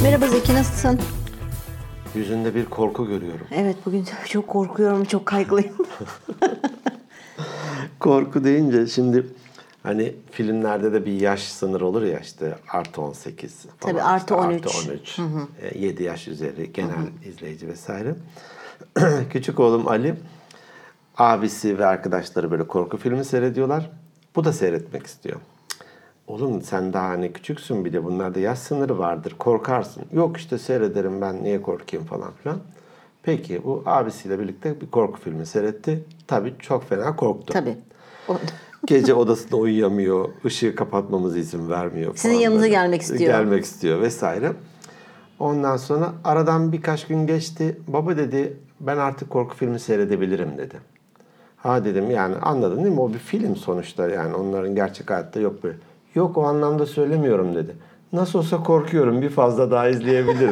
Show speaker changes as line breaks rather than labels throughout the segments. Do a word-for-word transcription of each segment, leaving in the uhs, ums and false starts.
Merhaba Zeki, nasılsın?
Yüzünde bir korku görüyorum.
Evet, bugün çok korkuyorum, çok kaygılıyım.
Korku deyince şimdi hani filmlerde de bir yaş sınırı olur ya, işte artı on sekiz falan.
Tabii artı
işte
on üç.
Artı on üç. Hı hı. yedi yaş üzeri genel hı hı. izleyici vesaire. Küçük oğlum Ali, abisi ve arkadaşları böyle korku filmi seyrediyorlar. Bu da seyretmek istiyor. Oğlum sen daha hani küçüksün, bir de bunlarda yaş sınırı vardır, korkarsın. Yok işte seyrederim ben, niye korkayım falan filan. Peki bu abisiyle birlikte bir korku filmi seyretti. Tabii çok fena korktu.
Tabii. O...
Gece odasında uyuyamıyor, ışığı kapatmamıza izin vermiyor falan.
Sizin yanınıza böyle gelmek istiyor.
Gelmek istiyor vesaire. Ondan sonra aradan birkaç gün geçti. Baba dedi, ben artık korku filmi seyredebilirim dedi. Ha dedim, yani anladın değil mi? O bir film sonuçta, yani onların gerçek hayatta yok böyle. Yok, o anlamda söylemiyorum dedi. Nasıl olsa korkuyorum, bir fazla daha izleyebilirim.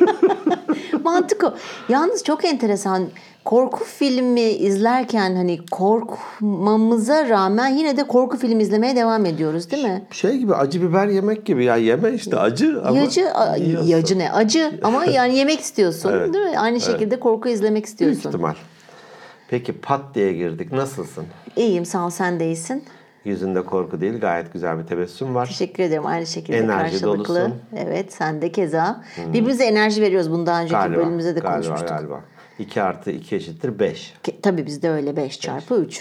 Mantık o. Yalnız çok enteresan. Korku filmi izlerken hani korkmamıza rağmen yine de korku filmi izlemeye devam ediyoruz, değil mi?
Şey gibi, acı biber yemek gibi ya, yeme işte acı ama
Yacı,
yiyorsun.
yacı ne? Acı ama yani yemek istiyorsun,
Evet,
değil mi? Aynı şekilde evet. Korku izlemek istiyorsun.
Büyük ihtimal. Peki pat diye girdik. Nasılsın?
İyiyim, sağ ol, sen de iyisin.
Yüzünde korku değil, gayet güzel bir tebessüm var.
Teşekkür ederim. Aynı şekilde
enerji
karşılıklı.
Dolusun.
Evet, sen de keza. Hmm. Birbirimize enerji veriyoruz. Bunu daha önceki
galiba,
bölümümüzde de
galiba,
konuşmuştuk.
Galiba. iki artı iki eşittir beş.
Ke- Tabii bizde öyle beş çarpı üç.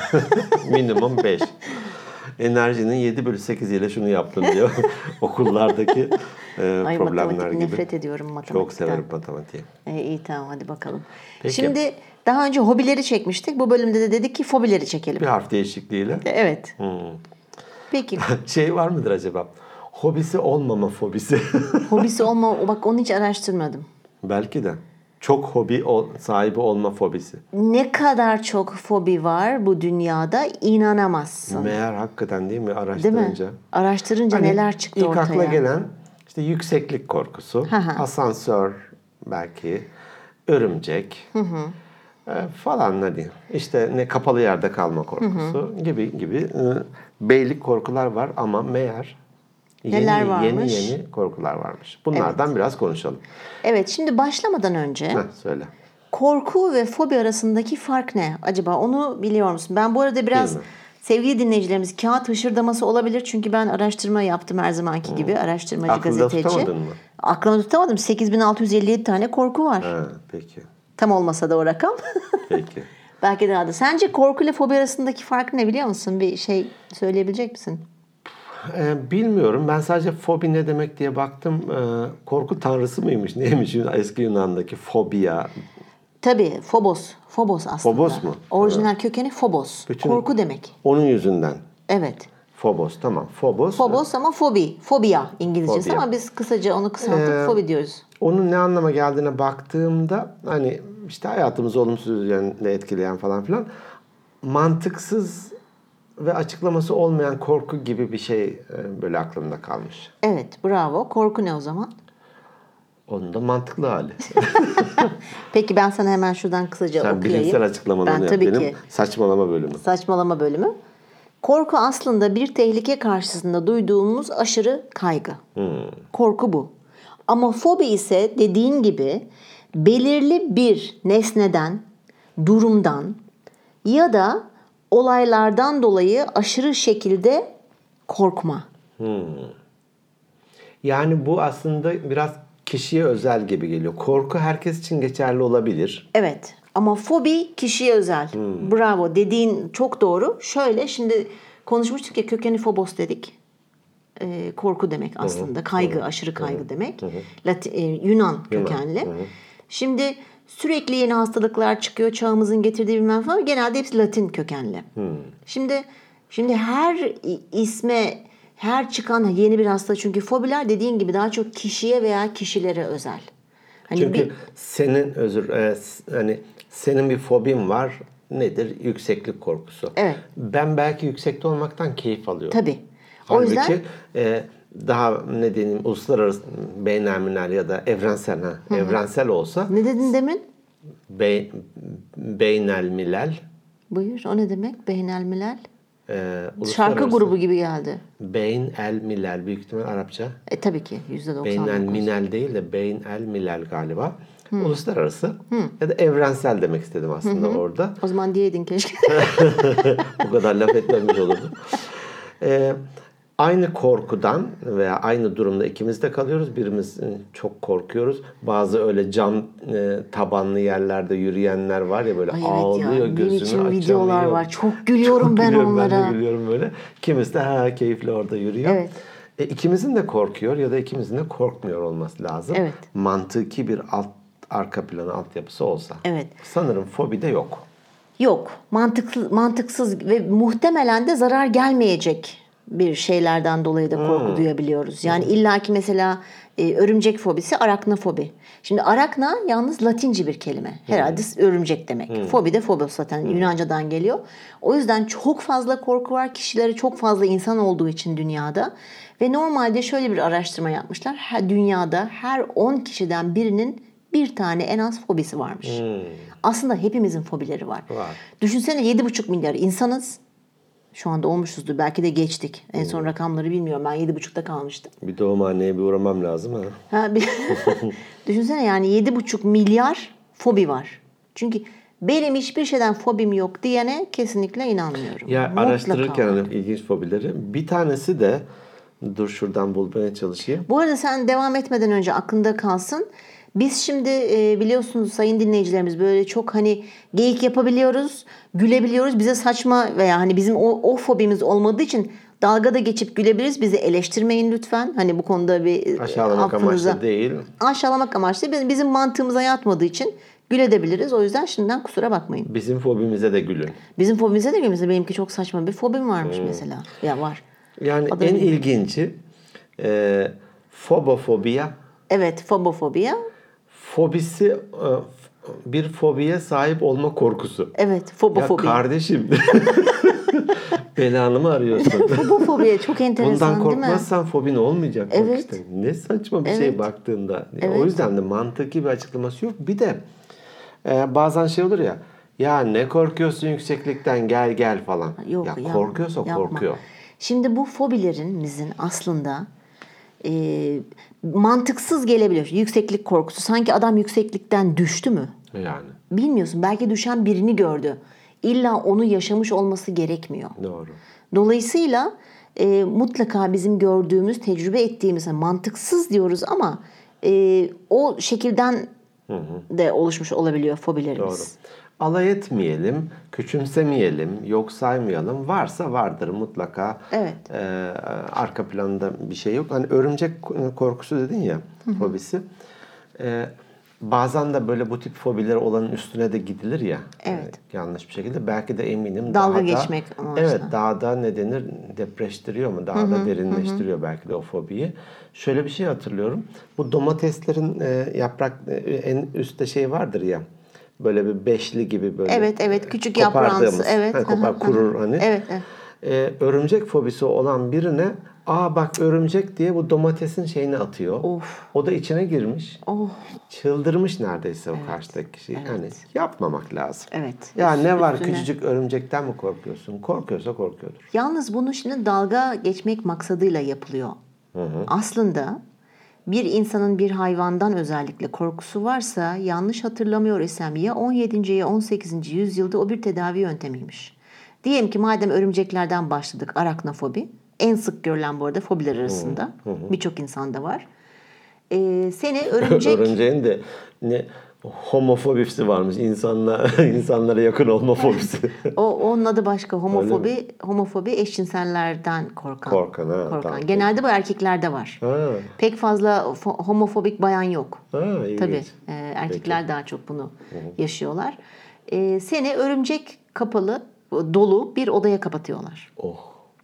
Minimum beş. Enerjinin yedi bölü sekiz ile şunu yaptın diyor. Okullardaki e,
Ay,
problemler gibi.
Nefret ediyorum matematikten.
Çok severim matematiği.
E, iyi tamam, hadi bakalım.
Peki.
Şimdi daha önce hobileri çekmiştik. Bu bölümde de dedik ki fobileri çekelim.
Bir harf değişikliğiyle.
Evet.
Hmm.
Peki.
Şey var mıdır acaba? Hobisi olmama fobisi.
Hobisi olma, bak onu hiç araştırmadım.
Belki de. Çok hobi sahibi olma fobisi.
Ne kadar çok fobi var bu dünyada, inanamazsın.
Meğer hakikaten, değil mi, araştırınca.
Değil mi? Araştırınca hani neler çıktı
ilk
ortaya.
İlk akla gelen işte yükseklik korkusu,
Hı-hı.
asansör belki, örümcek hı hı. E, falan hani. İşte ne kapalı yerde kalma korkusu hı hı. gibi gibi e, beylik korkular var ama meğer
neler
yeni,
varmış?
Yeni yeni korkular varmış. Bunlardan evet. biraz konuşalım.
Evet, şimdi başlamadan önce
Heh, söyle.
Korku ve fobi arasındaki fark ne? Acaba onu biliyor musun? Ben bu arada biraz sevgili dinleyicilerimiz kağıt hışırdaması olabilir. Çünkü ben araştırma yaptım her zamanki gibi. Hmm. Araştırmacı,
aklında
gazeteci.
Aklında tutamadın mı?
Aklımda tutamadım. sekiz bin altı yüz elli yedi tane korku var.
Ha, peki.
Tam olmasa da o rakam.
Peki.
Belki daha da. Sence korku ile fobi arasındaki fark ne, biliyor musun? Bir şey söyleyebilecek misin?
Ee, bilmiyorum. Ben sadece fobi ne demek diye baktım. Ee, korku tanrısı mıymış? Neymiş? Eski Yunan'daki fobia.
Tabii. Phobos. Phobos aslında.
Phobos mu?
Orijinal evet. kökeni Phobos. Bütün korku demek.
Onun yüzünden.
Evet.
Phobos, tamam. Phobos.
Phobos ama fobi. Fobia İngilizcesi fobia. Ama biz kısaca onu kısaltıp ee, fobi diyoruz.
Onun ne anlama geldiğine baktığımda hani işte hayatımızı olumsuz yönde etkileyen falan filan, mantıksız ve açıklaması olmayan korku gibi bir şey böyle aklımda kalmış.
Evet, bravo. Korku ne o zaman?
Onun da mantıklı hali.
Peki ben sana hemen şuradan kısaca
Sen
okuyayım.
Sen bilimsel açıklamalarını yap. Benim ki. saçmalama bölümü.
Saçmalama bölümü. Korku aslında bir tehlike karşısında duyduğumuz aşırı kaygı. Hmm. Korku bu. Ama fobi ise dediğin gibi belirli bir nesneden, durumdan ya da olaylardan dolayı aşırı şekilde korkma.
Hmm. Yani bu aslında biraz kişiye özel gibi geliyor. Korku herkes için geçerli olabilir.
Evet. Ama fobi kişiye özel. Hmm. Bravo. Dediğin çok doğru. Şöyle, şimdi konuşmuştuk ya, kökeni phobos dedik. Ee, korku demek aslında. Hı-hı. Kaygı, Hı-hı. aşırı kaygı Hı-hı. demek. Latin, e, Yunan kökenli. Yunan. Şimdi sürekli yeni hastalıklar çıkıyor. Çağımızın getirdiği bilmem falan. Genelde hepsi Latin kökenli. Hı-hı. Şimdi şimdi her isme, her çıkan yeni bir hastalık, çünkü fobiler dediğin gibi daha çok kişiye veya kişilere özel.
Hani çünkü bir, senin özür e, hani senin bir fobin var. Nedir? Yükseklik korkusu.
Evet.
Ben belki yüksekte olmaktan keyif alıyorum.
Tabii. O
Halbuki,
yüzden
e, daha ne diyeyim, uluslararası, beynelmilel ya da evrensel ha. Hı-hı. Evrensel olsa.
Ne dedin demin?
Be, beynelmilel.
Buyur. O ne demek? Beynelmilel.
Ee,
Şarkı
uluslararası
grubu gibi geldi.
Beyn el Milal, büyük ihtimal Arapça.
E tabii ki yüzde doksan
Beyn
dokuz.
el Minel değil de Beyn el Milal galiba. Uluslararası ya da evrensel demek istedim aslında orada.
O zaman diyeydin keşke.
Bu kadar laf etmemiş olurdu. Ee, aynı korkudan veya aynı durumda ikimiz de kalıyoruz. Birimiz e, çok korkuyoruz. Bazı öyle cam e, tabanlı yerlerde yürüyenler var ya, böyle
Ay evet
ağlıyor,
ya, benim
gözünü
için
açamıyor.
videolar var. Çok gülüyorum
Çok
ben
gülüyorum,
onlara.
Ben de gülüyorum böyle. Kimisi de ha keyifli orada yürüyor.
Evet.
E, ikimizin de korkuyor ya da ikimizin de korkmuyor olması lazım.
Evet.
Mantıki bir alt arka planı, altyapısı olsa.
Evet.
Sanırım fobide yok.
Yok. Mantıksız, mantıksız ve muhtemelen de zarar gelmeyecek bir şeylerden dolayı da korku
Hmm.
duyabiliyoruz. Yani illaki mesela e, örümcek fobisi, araknofobi. Şimdi arakna yalnız Latince bir kelime. Herhalde örümcek demek. Fobi de phobos zaten Yunanca'dan geliyor. O yüzden çok fazla korku var. Kişileri çok fazla insan olduğu için dünyada. Ve normalde şöyle bir araştırma yapmışlar. Her, dünyada her on kişiden birinin bir tane en az fobisi varmış.
Hmm.
Aslında hepimizin fobileri var.
Var.
Düşünsene yedi buçuk milyar insanız. Şu anda olmuşuzdur. Belki de geçtik. En son rakamları bilmiyorum. Ben yedi buçukta kalmıştım.
Bir doğumhaneye bir uğramam lazım ha.
Ha, bir... Düşünsene yani yedi buçuk milyar fobi var. Çünkü benim hiçbir şeyden fobim yok diyene kesinlikle inanmıyorum.
Ya
Mutlaka
araştırırken
var.
hani ilginç fobileri. Bir tanesi de, dur şuradan bulmaya çalışayım.
Bu arada sen devam etmeden önce aklında kalsın. Biz şimdi e, biliyorsunuz sayın dinleyicilerimiz böyle çok hani geyik yapabiliyoruz, gülebiliyoruz. Bize saçma veya hani bizim o, o fobimiz olmadığı için dalgada geçip gülebiliriz. Bizi eleştirmeyin lütfen. Hani bu konuda bir
Aşağılamak
affınıza-
amaçlı değil.
Aşağılamak amaçlı. Bizim- Bizim mantığımıza yatmadığı için gülebiliriz. O yüzden şimdiden kusura bakmayın.
Bizim fobimize de gülün.
Bizim fobimize de gülmesi. Benimki çok saçma bir fobim varmış mesela. Ya var.
Yani
Adını
en
bilmiyorum.
ilginci e, fobofobiya.
Evet, fobofobiya.
Fobisi e, bir fobiye sahip olma korkusu.
Evet,
Ya
fobofobi.
kardeşim belanı mı arıyorsun?
Fobofobiye çok enteresan
Bundan
değil mi?
korkmazsan fobin olmayacak. Bak
Evet.
işte. Ne saçma bir şey
Evet.
baktığında.
Evet.
O yüzden de mantıki bir açıklaması yok. Bir de e, bazen şey olur ya. Ya ne korkuyorsun yükseklikten, gel gel falan.
Yok,
ya
yapma,
korkuyorsa
yapma.
korkuyor.
Şimdi bu fobilerimizin aslında e, mantıksız gelebilir. Yükseklik korkusu. Sanki adam yükseklikten düştü mü?
Yani
Bilmiyorsun. Belki düşen birini gördü. İlla onu yaşamış olması gerekmiyor.
doğru.
Dolayısıyla e, mutlaka bizim gördüğümüz, tecrübe ettiğimiz yani mantıksız diyoruz ama e, o şekilden de oluşmuş olabiliyor fobilerimiz.
Doğru. Alay etmeyelim, küçümsemeyelim, yok saymayalım. Varsa vardır mutlaka.
Evet.
Ee, arka planında bir şey yok. Hani örümcek korkusu dedin ya, fobisi. Ee, bazen de böyle bu tip fobileri olanın üstüne de gidilir ya.
Evet.
e, yanlış bir şekilde. Belki de eminim
Dalga
daha
geçmek
da,
amaçlı.
evet, daha da ne denir, depreştiriyor mu? Daha da derinleştiriyor belki de o fobiyi. Şöyle bir şey hatırlıyorum. Bu domateslerin e, yaprak e, en üstte şey vardır ya. Böyle bir beşli gibi böyle.
Evet, evet. Küçük
kopardığımız,
yaprağınsı. Evet.
hani kopar, kurur hani.
Evet, evet.
Ee, örümcek fobisi olan birine aa bak örümcek diye bu domatesin şeyini atıyor.
Of.
O da içine girmiş.
Oh.
Çıldırmış neredeyse o karşıdaki kişi. Yani yapmamak lazım.
Evet.
Ya ne var,
Üstüne.
küçücük örümcekten mi korkuyorsun? Korkuyorsa korkuyordur.
Yalnız bunu şimdi dalga geçmek maksadıyla yapılıyor. Aslında bir insanın bir hayvandan özellikle korkusu varsa yanlış hatırlamıyor isem ya on yedinci ya on sekizinci yüzyılda o bir tedavi yöntemiymiş. Diyelim ki madem örümceklerden başladık araknofobi. En sık görülen bu arada fobiler arasında. Birçok insanda var. Ee, seni örümcek...
Örümceğin de ne homofobisi varmış. İnsanla, insanlara yakın olma fobisi.
O onun adı başka. Homofobi, homofobi eşcinsellerden korkan.
Korkan, ha,
korkan.
tamam.
Genelde bu erkeklerde var.
Ha,
Pek fazla fo- homofobik bayan yok.
ha, ilginç.
Tabii. e, erkekler daha çok bunu yaşıyorlar. E, seni örümcek kapalı, dolu bir odaya kapatıyorlar.
Oh,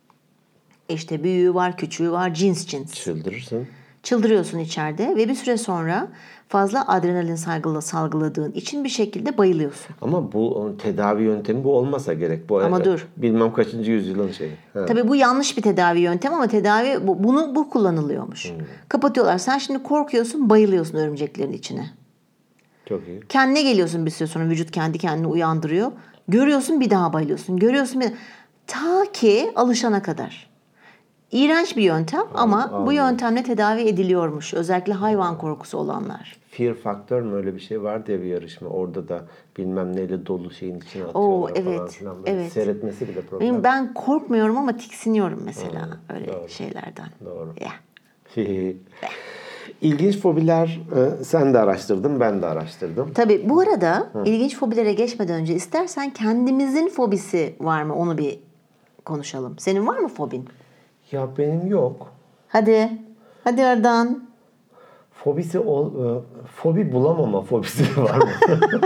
İşte büyüğü var, küçüğü var, cins cins.
çıldırırsın.
Çıldırıyorsun içeride ve bir süre sonra fazla adrenalin salgıla salgıladığın için bir şekilde bayılıyorsun.
Ama bu tedavi yöntemi bu olmasa gerek. Bu
Ama dur.
Bilmem kaçıncı yüzyılın şeyi. Ha.
Tabii bu yanlış bir tedavi yöntemi ama tedavi bu, bunu bu kullanılıyormuş.
Hmm.
Kapatıyorlar. Sen şimdi korkuyorsun, bayılıyorsun örümceklerin içine.
Çok iyi.
Kendine geliyorsun bir süre sonra vücut kendi kendini uyandırıyor. Görüyorsun bir daha bayılıyorsun. Görüyorsun bir Ta ki alışana kadar. İğrenç bir yöntem ama
anladım.
bu yöntemle tedavi ediliyormuş. Özellikle hayvan korkusu olanlar.
Fear Factor mı öyle bir şey var diye bir yarışma. Orada da bilmem neyle dolu şeyin içine
Oo,
atıyorlar
evet,
falan filan. Böyle
evet.
Seyretmesi bile problem.
Benim, ben korkmuyorum ama tiksiniyorum mesela öyle
doğru.
şeylerden.
Doğru.
Ya.
İlginç fobiler e, sen de araştırdın, ben de araştırdım.
Tabii bu arada ilginç fobilere geçmeden önce istersen kendimizin fobisi var mı onu bir konuşalım. Senin var mı fobin?
Ya benim yok.
Hadi. Hadi Erdan.
Fobisi ol, e, fobi bulamama fobisi var mı?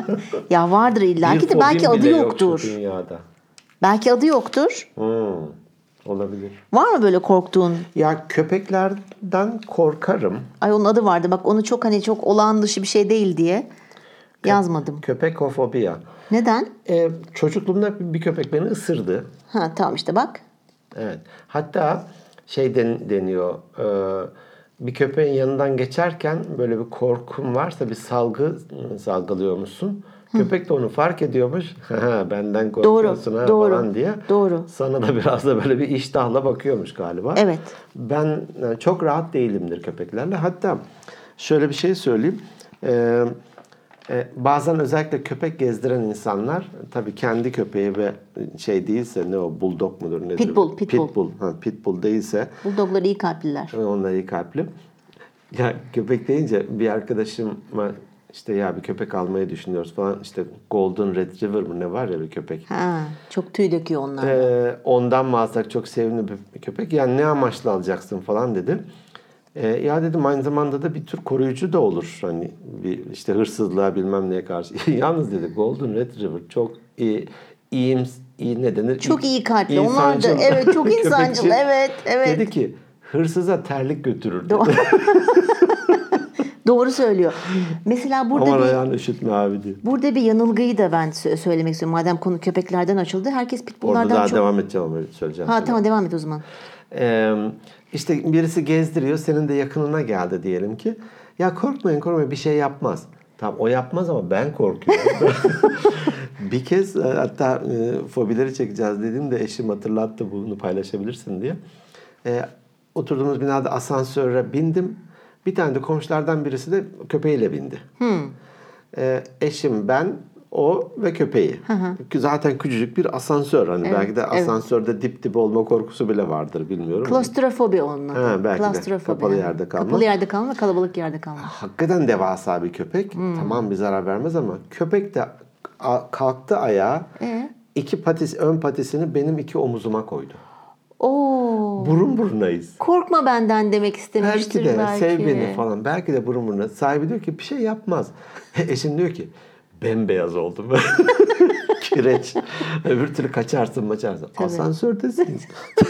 Ya vardır illaki
Bir
de belki
fobim
adı
bile yok
yoktur.
şu dünyada.
Belki adı yoktur.
Hmm, olabilir.
Var mı böyle korktuğun?
Ya köpeklerden korkarım.
Ay onun adı vardı. Bak onu çok hani çok olağan dışı bir şey değil diye yazmadım.
Köpekofobiya.
Neden?
Ee, çocukluğumda bir köpek beni ısırdı.
Ha tamam işte bak.
Evet. Hatta şey den, deniyor. E, bir köpeğin yanından geçerken böyle bir korkun varsa bir salgı salgılıyormuşsun. Köpek de onu fark ediyormuş. Benden korkuyorsun
Doğru,
ha
doğru,
falan diye.
doğru.
Sana da biraz da böyle bir iştahla bakıyormuş galiba.
Evet.
Ben yani çok rahat değilimdir köpeklerle. Hatta şöyle bir şey söyleyeyim. Ee, e, bazen özellikle köpek gezdiren insanlar tabii kendi köpeği ve şey değilse ne o bulldog mudur nedir?
Pitbull, pitbull.
Pitbull, ha, pitbull değilse
Bulldoglar iyi kalpliler.
onlar iyi kalpli. Ya köpek deyince bir arkadaşıma işte ya bir köpek almayı düşünüyoruz falan. İşte Golden Retriever mı ne var ya bir köpek.
Ha, çok tüy döküyor onlar.
Ee, ondan mı alsak çok sevimli bir köpek. Yani ne amaçla alacaksın falan dedi. Ee, ya dedim aynı zamanda da bir tür koruyucu da olur. Hani bir işte hırsızlığa bilmem neye karşı. Yalnız dedi Golden Retriever çok iyi, iyim, iyi ne denir?
Çok iyi kalpli. Onlar da
İnsancıl
evet çok
köpekçi.
insancıl. Evet, evet.
Dedi ki hırsıza terlik götürür dedi.
Doğru. Doğru söylüyor. Mesela burada
Aman
bir
ayağını üşütme abi diyor.
burada bir yanılgıyı da ben sö- söylemek istiyorum. Madem konu köpeklerden açıldı. Herkes
Orada
pitbulllardan
daha
çok...
devam edeceğim ama söyleyeceğim.
Ha
sana.
tamam devam et o zaman.
Ee, işte birisi gezdiriyor, senin de yakınına geldi diyelim ki. Ya korkmayın korkmayın bir şey yapmaz. Tamam o yapmaz ama ben korkuyorum. Bir kez hatta e, fobileri çekeceğiz dediğimde eşim hatırlattı bunu paylaşabilirsin diye. E, oturduğumuz binada asansöre bindim. Bir tane de komşulardan birisi de köpeğiyle bindi.
Hmm.
E, eşim, ben, o ve köpeği. Hı hı. Zaten küçücük bir asansör. Hani
Evet,
belki de
evet.
asansörde dip dip olma korkusu bile vardır bilmiyorum.
Klostrofobi onun adı.
Ha, belki de.
Klostrofobi.
Kapalı yerde kalma.
Kapalı yerde kalma ve kalabalık yerde kalma.
Hakikaten devasa bir köpek.
Hmm.
Tamam bir zarar vermez ama köpek de a- kalktı ayağa.
Ee?
İki patis, ön patisini benim iki omuzuma koydu.
Oo.
Burun burunayız.
Korkma benden demek istemiştir
Belki de
belki.
sev beni falan. Belki de burun buruna. Sahibi diyor ki bir şey yapmaz. Eşim diyor ki bembeyaz oldum. Kireç. Öbür türlü kaçarsın maçarsın. Asansördesin.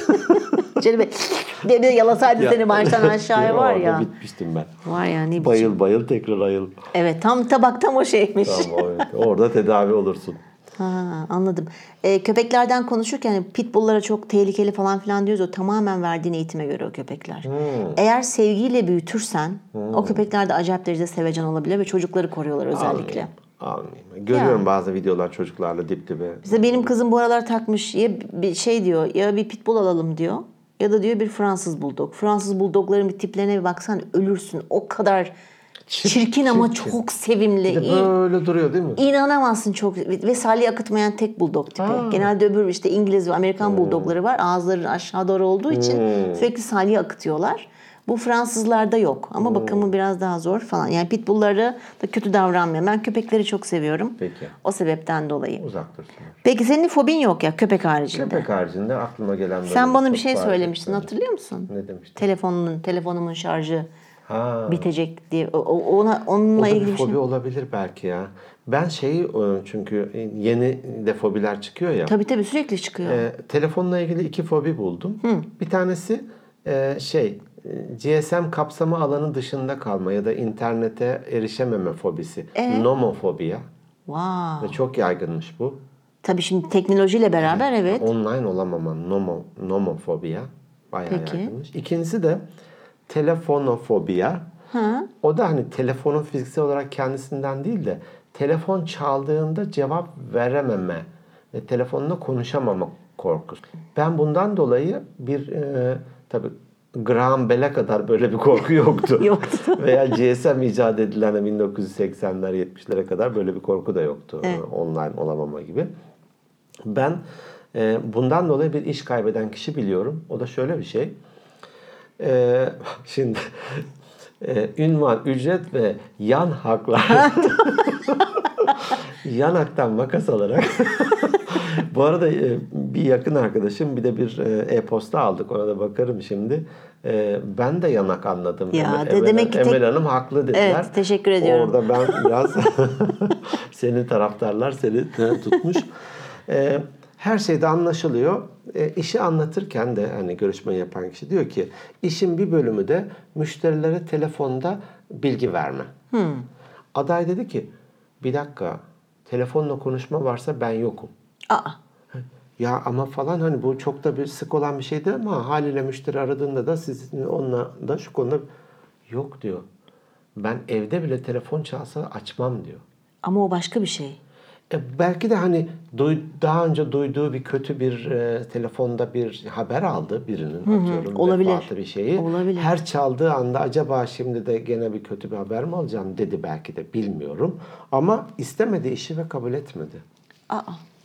Canım bir de yalasaydı
Ya.
seni baştan aşağıya var
Orada
ya.
bitmiştim ben.
Var ya ne biçim.
Bayıl bayıl tekrar ayıl.
Evet tam tabak tam o şeymiş.
Tamam evet. Orada tedavi olursun.
Ha, anladım. Ee, köpeklerden konuşurken hani pitbulllara çok tehlikeli falan filan diyoruz. O tamamen verdiğin eğitime göre o köpekler.
Hmm.
Eğer sevgiyle büyütürsen o köpekler de acayip derecede sevecen olabilir ve çocukları koruyorlar özellikle.
Anlayayım. Görüyorum
Ya.
bazı videolar çocuklarla dip dibe.
Mesela benim kızım bu aralar takmış ya bir şey diyor ya bir pitbull alalım diyor ya da diyor bir Fransız buldog. Fransız buldogların bir tiplerine bir baksan ölürsün. O kadar
Çirkin,
çirkin ama
çirkin.
çok sevimli.
Bir de
İyi-
böyle duruyor değil mi?
İnanamazsın çok ve salya akıtmayan tek buldog tipi.
Aa.
Genelde öbür işte İngiliz ve Amerikan buldogları var. Ağızları aşağı doğru olduğu için sürekli salya akıtıyorlar. Bu Fransızlarda yok ama bakımı biraz daha zor falan. Yani pitbullları da kötü davranmıyor. Ben köpekleri çok seviyorum.
Peki.
O sebepten dolayı.
Uzak dursunlar.
Peki senin fobin yok ya köpek haricinde.
Köpek haricinde aklıma gelen böyle
Sen bana
çok
bir şey
bariz
söylemiştin
böyle.
hatırlıyor musun?
Ne demiştin?
Telefonunun telefonumun şarjı
Ha.
bitecek diye. O, o- ona
O
onunla
da
ilgili
bir
bir şey.
fobi olabilir belki ya. Ben şeyi çünkü yeni de fobiler çıkıyor ya.
Tabii tabii sürekli çıkıyor.
E, telefonla ilgili iki fobi buldum. Bir tanesi e, şey e, G S M kapsama alanı dışında kalma ya da internete erişememe fobisi.
E?
Nomofobiya.
Wow.
Ve çok yaygınmış bu.
Tabii şimdi teknolojiyle beraber evet.
Online olamama, nomo, nomofobiya. Bayağı
Peki.
yaygınmış. İkincisi de telefonofobiya.
Ha.
O da hani telefonun fiziksel olarak kendisinden değil de telefon çaldığında cevap verememe ve telefonla konuşamama korkusu. Ben bundan dolayı bir e, tabii Graham Bell'e kadar böyle bir korku yoktu.
Yoktu.
Veya G S M icat edilen bin dokuz yüz seksenler yetmişlere kadar böyle bir korku da yoktu.
Evet.
Online olamama gibi. Ben e, bundan dolayı bir iş kaybeden kişi biliyorum. O da şöyle bir şey. E, şimdi e, ünvan, ücret ve yan haklar yan haktan makas alarak bu arada e, bir yakın arkadaşım bir de bir e, e-posta aldık. Ona da bakarım şimdi. E, ben de yanak anladım.
Ya,
Emel,
de,
Emel,
demek ki
Emel
tek...
Hanım haklı dediler.
Evet, teşekkür ediyorum.
Orada ben biraz senin taraftarlar seni tutmuş. E, her şeyde anlaşılıyor. E, işi anlatırken de hani görüşme yapan kişi diyor ki işin bir bölümü de müşterilere telefonda bilgi verme. Hmm. Aday dedi ki bir dakika telefonla konuşma varsa ben yokum.
Aa.
Ya ama falan hani bu çok da bir sık olan bir şey değil ama haliyle müşteri aradığında da sizin onunla da şu konuda yok diyor. Ben evde bile telefon çalsa açmam diyor.
Ama o başka bir şey.
E belki de hani duy, daha önce duyduğu bir kötü bir e, telefonda bir haber aldı birinin
Hı hı,
atıyorum
olabilir.
vefatı bir şeyi.
Olabilir.
Her çaldığı anda acaba şimdi de gene bir kötü bir haber mi alacağım dedi belki de bilmiyorum. Ama istemedi işi ve kabul etmedi.
Aa.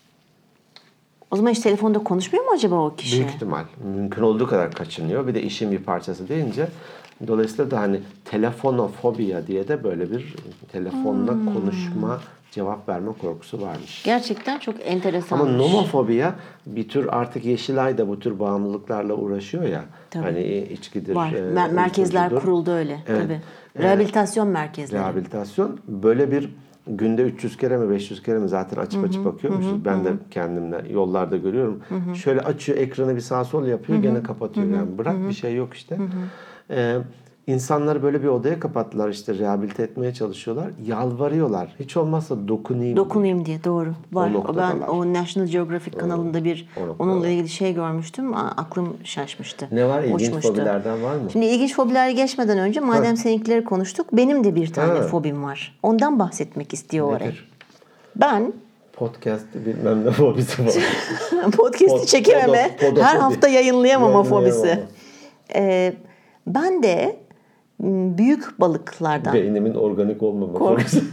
O zaman hiç telefonda konuşmuyor mu acaba o kişi?
Büyük ihtimal. Mümkün olduğu kadar kaçınıyor. Bir de işin bir parçası deyince dolayısıyla da hani telefonofobiya diye de böyle bir telefonla hmm. konuşma, cevap verme korkusu varmış.
Gerçekten çok enteresanmış.
Ama nomofobiya bir tür artık Yeşilay da bu tür bağımlılıklarla uğraşıyor ya.
Tabii.
Hani içkidir.
Var.
E,
Mer- merkezler
uyuşturucudur.
kuruldu öyle.
Evet.
Tabii. Rehabilitasyon merkezleri.
Rehabilitasyon. Böyle bir günde üç yüz kere mi beş yüz kere mi zaten açıp hı hı, açıp bakıyormuşuz. Hı, ben hı. de kendimle yollarda görüyorum. Hı hı. Şöyle açıyor ekranı bir sağ sol yapıyor hı hı. gene kapatıyor. Hı hı. Yani bırak hı hı. bir şey yok işte. Hı hı. Ee, insanları böyle bir odaya kapattılar işte rehabilite etmeye çalışıyorlar. Yalvarıyorlar. Hiç olmazsa dokunayım.
Dokunayım diye, diye doğru. Var.
O
ben o National Geographic kanalında bir
o
onunla ilgili şey görmüştüm. Aklım şaşmıştı.
Ne var? İlginç
Uçmuştu.
fobilerden var mı?
Şimdi ilginç fobiler geçmeden önce madem ha. seninkileri konuştuk benim de bir tane
ha.
fobim var. Ondan bahsetmek istiyor
Nedir?
oraya. Ben
podcast bilmem ne fobisi var.
Podcast'i
Pod,
çekememe,
podo, podo
her
fobi.
hafta yayınlayamama fobisi.
Yayınlayamama.
Ee, ben de büyük balıklardan.
Beynimin organik olmama fobisi.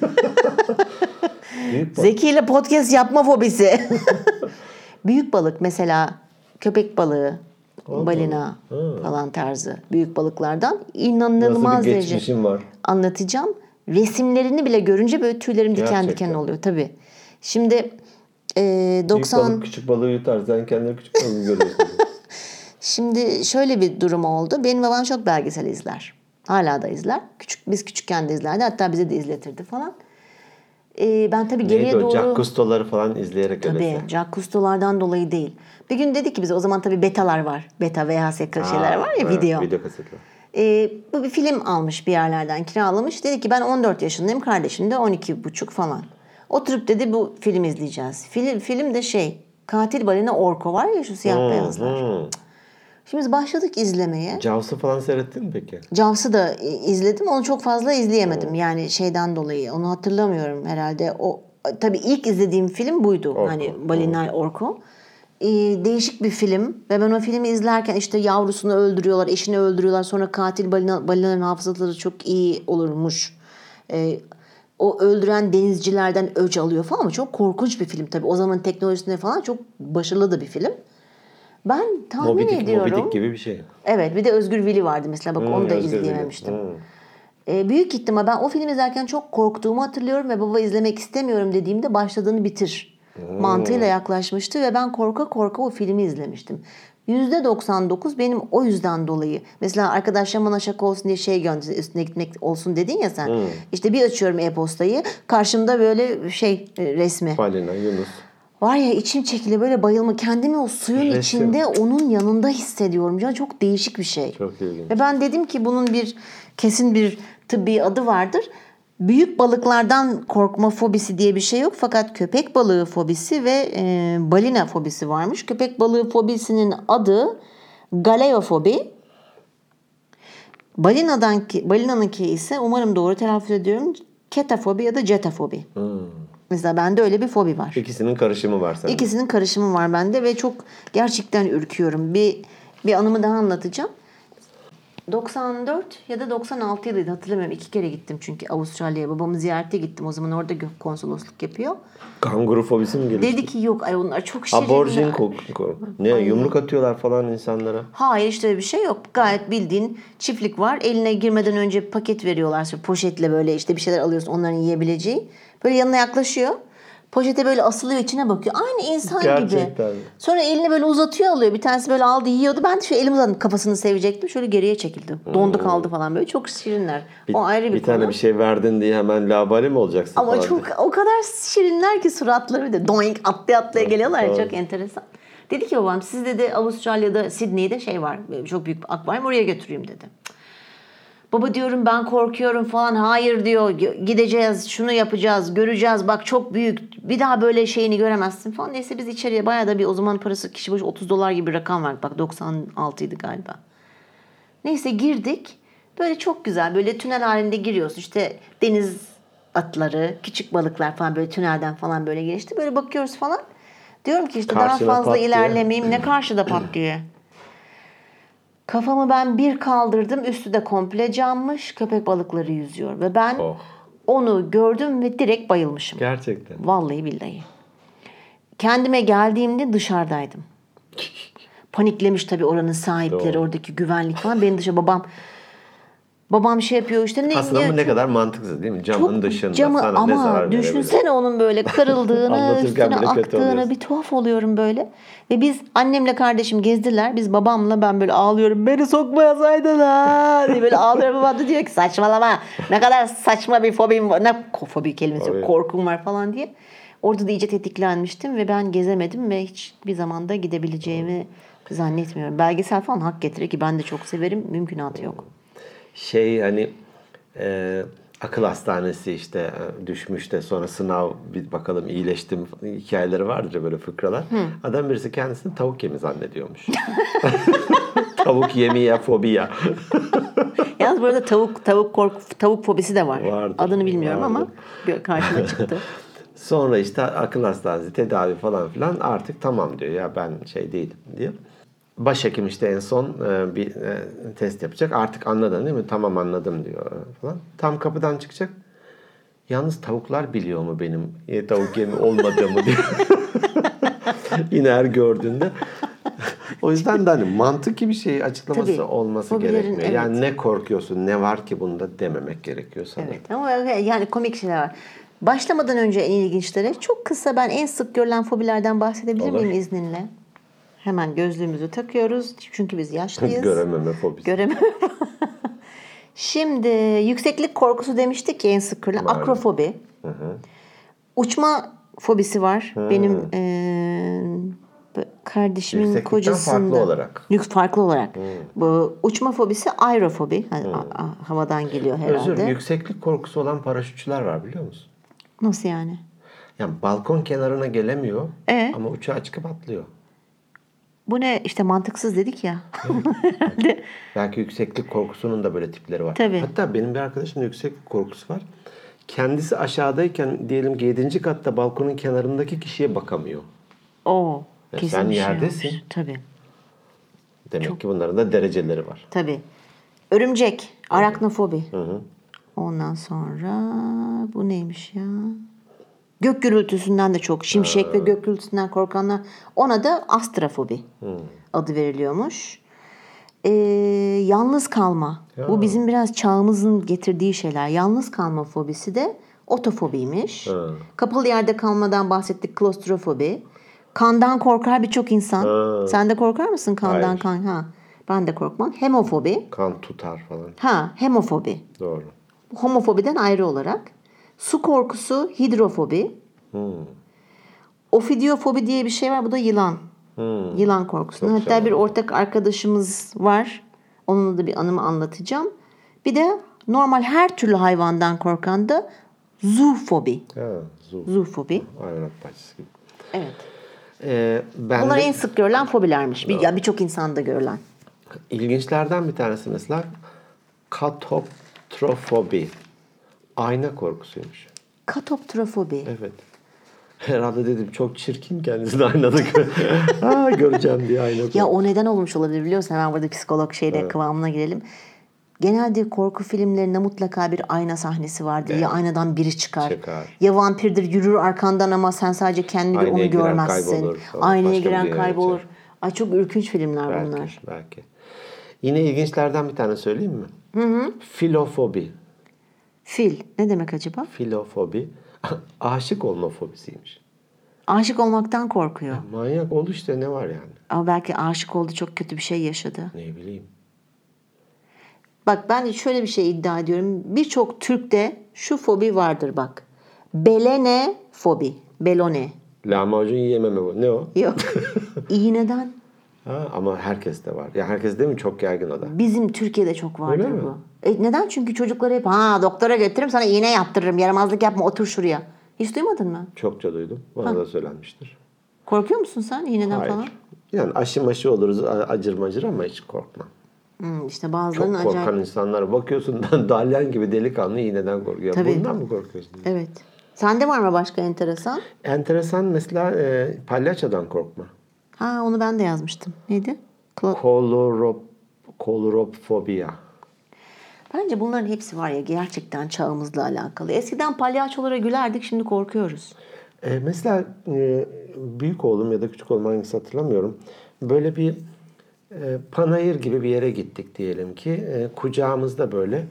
Zeki ile podcast yapma fobisi. Büyük balık mesela köpek balığı, Allah balina Allah. falan tarzı büyük balıklardan inanılmaz derece.
Nasıl bir geçmişim var?
Anlatacağım. Resimlerini bile görünce böyle tüylerim diken diken oluyor tabii. Şimdi e, doksan
Büyük balık küçük balığı yutar. Sen kendini küçük balığı görüyorsun.
Şimdi şöyle bir durum oldu. Benim babam çok belgesel izler. Hala da izler. Küçük, biz küçükken de izlerdi. Hatta bize de izletirdi falan. Ee, ben tabii geriye
Neydi
doğru...
o? Jacques Cousteau'ları falan izleyerek
tabii,
öylese.
Tabii. Jacques Cousteau'lardan dolayı değil. Bir gün dedi ki bize o zaman tabii betalar var. Beta V H S şeyler var ya
evet,
video.
Video kasetler.
Ee, bu bir film almış bir yerlerden kiralamış. Dedi ki ben on dört yaşındayım. Kardeşim de on iki buçuk falan. Oturup dedi bu film izleyeceğiz. Film, film de şey Katil Balina Orko var ya şu siyah hmm, beyazlar. Hmm. Şimdi biz başladık izlemeye.
Jaws'ı falan seyrettin mi peki?
Jaws'ı da izledim. Onu çok fazla izleyemedim. Hmm. Yani şeyden dolayı. Onu hatırlamıyorum herhalde. O tabii ilk izlediğim film buydu. Orko. Hani Balina hmm. Orko. Ee, değişik bir film. Ve ben o filmi izlerken işte yavrusunu öldürüyorlar, eşini öldürüyorlar. Sonra katil balina, balinaların hafızaları çok iyi olurmuş. Ee, o öldüren denizcilerden öç alıyor falan ama çok korkunç bir film tabii. O zaman teknolojisinde falan çok başarılı da bir film. Ben tahmin
Moby Dick,
ediyorum.
Moby Dick gibi bir şey.
Evet, bir de Özgür Vili vardı mesela. Bak hmm, onu da izleyememiştim. Hmm. Ee, büyük ihtimal ben o filmi izlerken çok korktuğumu hatırlıyorum ve baba izlemek istemiyorum dediğimde başladığını bitir hmm. mantığıyla yaklaşmıştı ve ben korka korka o filmi izlemiştim. yüzde doksan dokuz benim o yüzden dolayı. Mesela arkadaşlarım bana şaka olsun diye şey gönderdi, üstüne gitmek olsun dedin ya sen. Hmm. İşte bir açıyorum e-postayı, karşımda böyle şey resmi.
Balina, Yunus.
Var ya içim çekili böyle bayılma. Kendimi o suyun Resim. içinde onun yanında hissediyorum. Ya çok değişik bir şey.
Çok ilginç.
Ve ben dedim ki bunun bir kesin bir tıbbi adı vardır. Büyük balıklardan korkma fobisi diye bir şey yok. Fakat köpek balığı fobisi ve e, balina fobisi varmış. Köpek balığı fobisinin adı galeofobi. Balinadan ki, balinanınki ise umarım doğru telaffuz ediyorum. Ketafobi ya da cetafobi. Hmm. Mesela bende öyle bir fobi var.
İkisinin karışımı var sende.
İkisinin karışımı var bende ve çok gerçekten ürküyorum. Bir bir anımı daha anlatacağım. doksan dört ya da doksan altı yılıydı, hatırlamıyorum. İki kere gittim çünkü Avustralya'ya. Babamı ziyarete gittim. O zaman orada konsolosluk yapıyor.
Kanguru fobisi mi gelişti?
Dedi ki yok ay onlar çok şirinler.
Aborjin koku. Ne ay. Yumruk atıyorlar falan insanlara.
Hayır işte öyle bir şey yok. Gayet bildiğin çiftlik var. Eline girmeden önce paket veriyorlar. İşte poşetle böyle işte bir şeyler alıyorsun onların yiyebileceği. Böyle yanına yaklaşıyor. Poşete böyle asılıyor, içine bakıyor. Aynı insan
Gerçekten.
gibi. Sonra elini böyle uzatıyor, alıyor. Bir tanesi böyle aldı yiyordu. Ben de şöyle elim uzattım, kafasını sevecektim. Şöyle geriye çekildi. Dondu kaldı falan böyle. Çok şirinler.
Bir,
o ayrı bir,
bir tane
konu.
bir şey verdin diye hemen labali mi olacaksın
Ama
falan
çok
diye.
o kadar şirinler ki suratları, bir de doink atlaya atlaya geliyorlar ya,
evet.
çok enteresan. Dedi ki babam siz dedi Avustralya'da Sydney'de şey var. Çok büyük bir akvaryum, oraya götüreyim dedi. Baba diyorum ben korkuyorum falan. Hayır diyor, gideceğiz, şunu yapacağız, göreceğiz, bak çok büyük, bir daha böyle şeyini göremezsin falan. Neyse biz içeriye bayağı da bir, o zaman parası kişi başı otuz dolar gibi bir rakam var. Bak doksan altıydı galiba. Neyse girdik. Böyle çok güzel, böyle tünel halinde giriyorsun. İşte deniz atları, küçük balıklar falan böyle tünelden falan böyle geçti. Böyle bakıyoruz falan. Diyorum ki işte
Karşına
daha fazla
pat diye.
ilerlemeyeyim. Ne karşıda pat diye. Kafamı ben bir kaldırdım. Üstü de komple cammış. Köpek balıkları yüzüyor. Ve ben
Oh.
onu gördüm ve direkt bayılmışım.
Gerçekten.
Vallahi billahi. Kendime geldiğimde dışarıdaydım. Paniklemiş tabii oranın sahipleri,
Doğru.
oradaki güvenlik falan. Benim dışarı babam babam şey yapıyor işte. Ne,
Aslında
ne,
bu ne kadar mantıksız değil mi? Camın
çok
dışında
camı,
sana ne zarar
ama
verebilir?
düşünsene onun böyle kırıldığını,
Anlatırken
üstüne
bile kötü
aktığını,
oluyorsun.
bir tuhaf oluyorum böyle. Ve biz annemle kardeşim gezdiler. Biz babamla ben böyle ağlıyorum. Beni sokmayasaydın ha diye böyle ağlıyorum. Babam da diyor ki saçmalama. Ne kadar saçma bir fobim var. Ne fobi kelimesi yok,
Tabii.
korkum var falan diye. Orada da iyice tetiklenmiştim ve ben gezemedim ve hiçbir zamanda gidebileceğimi zannetmiyorum. Belgesel falan hak getirir ki ben de çok severim. Mümkünatı yok.
Şey hani e, akıl hastanesi işte e, düşmüş de sonra sınav bir bakalım iyileştim hikayeleri vardır ya, böyle fıkralar. Hı. Adam birisi kendisini tavuk yemi zannediyormuş. Tavuk yemiye fobiya.
Yalnız burada tavuk tavuk korku tavuk fobisi de var.
Vardır,
Adını bilmiyorum
vardır.
ama karşıma çıktı.
Sonra işte akıl hastanesi tedavi falan filan artık tamam diyor ya ben şey değilim diyor. Başhekim işte en son e, bir e, test yapacak. Artık anladın değil mi? Tamam anladım diyor falan. Tam kapıdan çıkacak. Yalnız tavuklar biliyor mu benim e, tavuk yemi olmadığımı diyor. Yine her gördüğünde. O yüzden de hani mantıklı bir şey açıklaması
Tabii,
olması
fobilerin,
gerekmiyor.
evet.
Yani ne korkuyorsun, ne var ki bunda dememek gerekiyor sana.
Evet ama yani komik şeyler var. Başlamadan önce en ilginçleri çok kısa, ben en sık görülen fobilerden bahsedebilir
Olur.
miyim izninle? Hemen gözlüğümüzü takıyoruz. Çünkü biz yaşlıyız.
Görememe fobisi.
Görememe. Şimdi yükseklik korkusu demiştik ya en sık görülen.
Var.
Akrofobi.
Hı hı.
Uçma fobisi var.
Hı.
Benim eee, kardeşimin
Yükseklikten
kocasında.
farklı olarak.
Yük farklı olarak. Bu uçma fobisi aerofobi. Hani a- a- havadan geliyor herhalde.
Özür, yükseklik korkusu olan paraşütçüler var biliyor musun?
Nasıl yani?
Yani balkon kenarına gelemiyor
E?
ama uçağa çıkıp atlıyor.
Bu ne? İşte mantıksız dedik ya. Herhalde.
Belki yükseklik korkusunun da böyle tipleri var.
Tabii.
Hatta benim bir arkadaşımda yükseklik korkusu var. Kendisi aşağıdayken diyelim ki yedinci katta balkonun kenarındaki kişiye bakamıyor.
Oo.
Ya
Kesin
sen
bir şey
yerdesin.
olmuş. Tabii.
Demek ki bunların da dereceleri var.
Tabii. Örümcek. Araknofobi.
Hı hı.
Ondan sonra bu neymiş ya? Gök gürültüsünden de çok. Şimşek ve gök gürültüsünden korkanlar. Ona da astrafobi adı veriliyormuş. Ee, yalnız kalma.
Ya.
Bu bizim biraz çağımızın getirdiği şeyler. Yalnız kalma fobisi de otofobiymiş.
Ha.
Kapalı yerde kalmadan bahsettik. Klostrofobi. Kandan korkar birçok insan.
Ha.
Sen de korkar mısın kandan?
Hayır.
Kan, ha. Ben de korkmam. Hemofobi.
Kan tutar falan.
Ha, hemofobi.
Doğru.
Homofobiden ayrı olarak. Su korkusu, hidrofobi.
Hmm.
Ofidiofobi diye bir şey var. Bu da yılan.
Hmm.
Yılan korkusu.
Çok
Hatta
güzel
bir
oldu.
ortak arkadaşımız var. Onunla da bir anımı anlatacağım. Bir de normal her türlü hayvandan korkan da zoofobi.
Ha, zu.
Zoofobi.
Hayvanat bahçesi gibi.
Evet.
Ee, ben
Bunlar
de
en sık görülen fobilermiş. Bir, ya birçok insanda görülen.
ilginçlerden bir tanesi mesela katoptrofobi. Ayna korkusuymuş.
Katoptrofobi.
Evet. Herhalde dedim çok çirkin kendisini aynada gör. ha, göreceğim diye aynada.
Ya o neden olmuş olabilir biliyor musun? Hemen burada psikolog şeyle
Evet.
kıvamına girelim. Genelde korku filmlerinde mutlaka bir ayna sahnesi vardır.
Evet.
Ya aynadan biri çıkar.
Çıkar.
Ya vampirdir yürür arkandan ama sen sadece kendini
Aynaya
onu
girer,
görmezsin.
kaybolur falan.
Aynaya
Başka bir
giren
yere
kaybolur.
geçer.
Ay çok ürkünç filmler
Belki,
bunlar.
belki. Yine ilginçlerden bir tane söyleyeyim mi? Hı hı. Filofobi.
Fil. Ne demek acaba?
Filofobi. Aşık olma fobisiymiş.
Aşık olmaktan korkuyor.
Manyak ol işte, ne var yani?
Ama belki aşık oldu, çok kötü bir şey yaşadı.
Ne bileyim.
Bak ben şöyle bir şey iddia ediyorum. Birçok Türk'te şu fobi vardır bak. Belene fobi. Belone.
Lahmacun yiyememe bu. Ne o?
Yok. İğneden.
Ha, ama herkes de var. Ya herkes değil mi? Çok yaygın o da.
Bizim Türkiye'de çok vardır
Öyle mi?
bu. E neden? Çünkü çocukları hep ha doktora götürürüm sana iğne yaptırırım. Yaramazlık yapma otur şuraya. Hiç duymadın mı?
Çokça duydum. Bana da söylenmiştir.
Korkuyor musun sen iğneden
Hayır.
falan?
Yani aşı maşı oluruz acır macır ama hiç korkmam.
Hmm, işte bazılarının
Çok korkan
acayip.
insanlara bakıyorsun dalyan gibi delikanlı iğneden korkuyor.
Tabii.
Bundan mı korkuyorsun?
Evet. Sende var mı başka enteresan?
Enteresan mesela e, palyaçodan korkma.
Ha onu ben de yazmıştım. Neydi? Klo-
Kolorop, koloropfobia.
Bence bunların hepsi var ya gerçekten çağımızla alakalı. Eskiden palyaçolara gülerdik, şimdi korkuyoruz.
E, mesela e, büyük oğlum ya da küçük oğlum, hangisi hatırlamıyorum. Böyle bir e, panayır gibi bir yere gittik diyelim ki. E, kucağımızda böyle